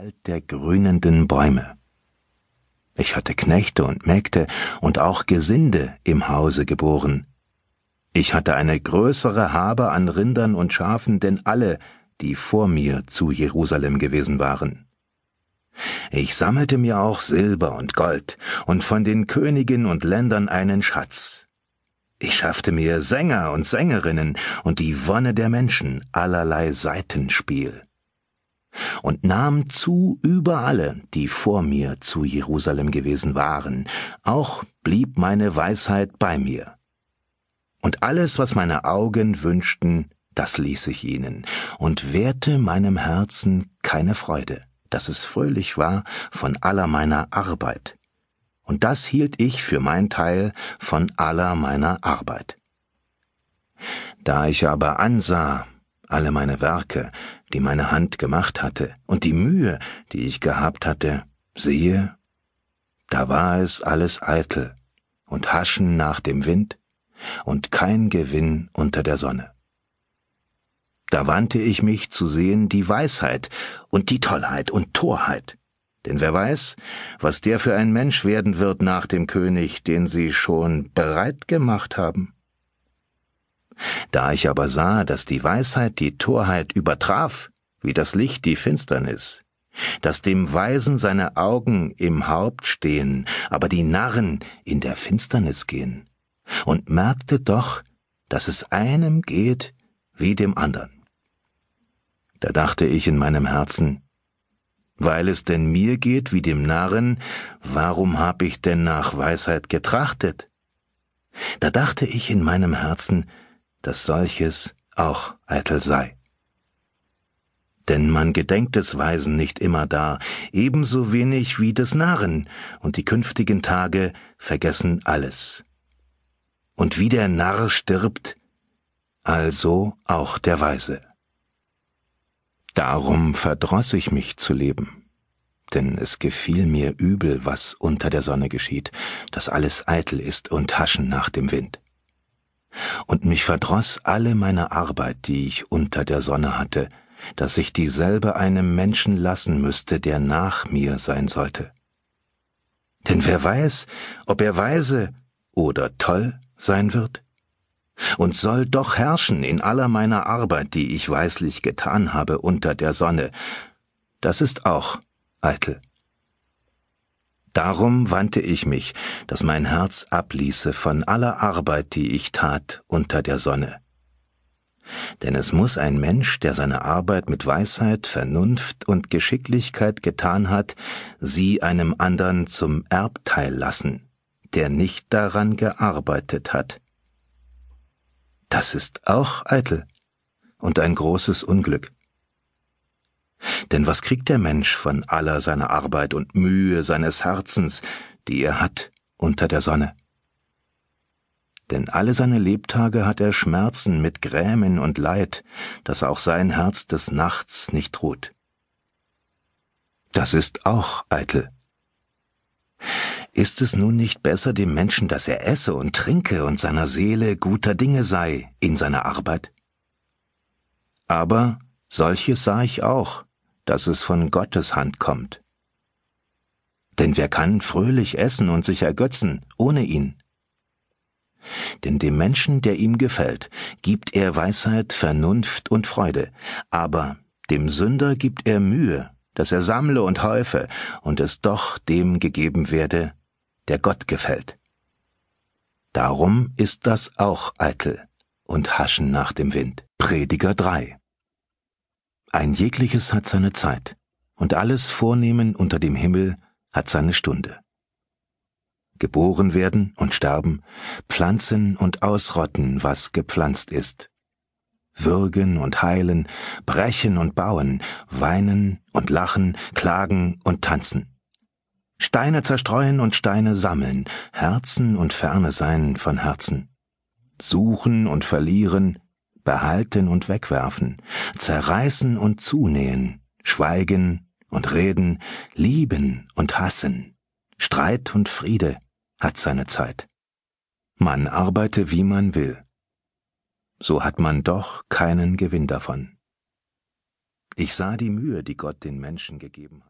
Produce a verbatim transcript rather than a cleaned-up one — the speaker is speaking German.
Wald der grünenden Bäume. Ich hatte Knechte und Mägde und auch Gesinde im Hause geboren. Ich hatte eine größere Habe an Rindern und Schafen denn alle, die vor mir zu Jerusalem gewesen waren. Ich sammelte mir auch Silber und Gold und von den Königen und Ländern einen Schatz. Ich schaffte mir Sänger und Sängerinnen und die Wonne der Menschen, allerlei Saitenspiel. Und nahm zu über alle, die vor mir zu Jerusalem gewesen waren, auch blieb meine Weisheit bei mir. Und alles, was meine Augen wünschten, das ließ ich ihnen, und wehrte meinem Herzen keine Freude, dass es fröhlich war von aller meiner Arbeit. Und das hielt ich für mein Teil von aller meiner Arbeit. Da ich aber ansah, alle meine Werke, die meine Hand gemacht hatte, und die Mühe, die ich gehabt hatte, siehe, da war es alles eitel und Haschen nach dem Wind und kein Gewinn unter der Sonne. Da wandte ich mich zu sehen die Weisheit und die Tollheit und Torheit, denn wer weiß, was der für ein Mensch werden wird nach dem König, den sie schon bereit gemacht haben. Da ich aber sah, dass die Weisheit die Torheit übertraf, wie das Licht die Finsternis, dass dem Weisen seine Augen im Haupt stehen, aber die Narren in der Finsternis gehen, und merkte doch, dass es einem geht wie dem andern. Da dachte ich in meinem Herzen, weil es denn mir geht wie dem Narren, warum hab ich denn nach Weisheit getrachtet? Da dachte ich in meinem Herzen, dass solches auch eitel sei. Denn man gedenkt des Weisen nicht immerdar, ebenso wenig wie des Narren, und die künftigen Tage vergessen alles. Und wie der Narr stirbt, also auch der Weise. Darum verdross ich mich zu leben, denn es gefiel mir übel, was unter der Sonne geschieht, dass alles eitel ist und Haschen nach dem Wind. Und mich verdross alle meine Arbeit, die ich unter der Sonne hatte, dass ich dieselbe einem Menschen lassen müsste, der nach mir sein sollte. Denn wer weiß, ob er weise oder toll sein wird? Und soll doch herrschen in aller meiner Arbeit, die ich weislich getan habe unter der Sonne. Das ist auch eitel. Darum wandte ich mich, dass mein Herz abließe von aller Arbeit, die ich tat unter der Sonne. Denn es muß ein Mensch, der seine Arbeit mit Weisheit, Vernunft und Geschicklichkeit getan hat, sie einem andern zum Erbteil lassen, der nicht daran gearbeitet hat. Das ist auch eitel und ein großes Unglück. Denn was kriegt der Mensch von aller seiner Arbeit und Mühe seines Herzens, die er hat unter der Sonne? Denn alle seine Lebtage hat er Schmerzen mit Grämen und Leid, dass auch sein Herz des Nachts nicht ruht. Das ist auch eitel. Ist es nun nicht besser dem Menschen, dass er esse und trinke und seiner Seele guter Dinge sei in seiner Arbeit? Aber solches sah ich auch, dass es von Gottes Hand kommt. Denn wer kann fröhlich essen und sich ergötzen ohne ihn? Denn dem Menschen, der ihm gefällt, gibt er Weisheit, Vernunft und Freude, aber dem Sünder gibt er Mühe, dass er sammle und häufe und es doch dem gegeben werde, der Gott gefällt. Darum ist das auch eitel und Haschen nach dem Wind. Prediger drei. Ein jegliches hat seine Zeit, und alles Vornehmen unter dem Himmel hat seine Stunde. Geboren werden und sterben, pflanzen und ausrotten, was gepflanzt ist. Würgen und heilen, brechen und bauen, weinen und lachen, klagen und tanzen. Steine zerstreuen und Steine sammeln, Herzen und Ferne sein von Herzen. Suchen und verlieren, behalten und wegwerfen, zerreißen und zunähen, schweigen und reden, lieben und hassen, Streit und Friede hat seine Zeit. Man arbeite, wie man will. So hat man doch keinen Gewinn davon. Ich sah die Mühe, die Gott den Menschen gegeben hat.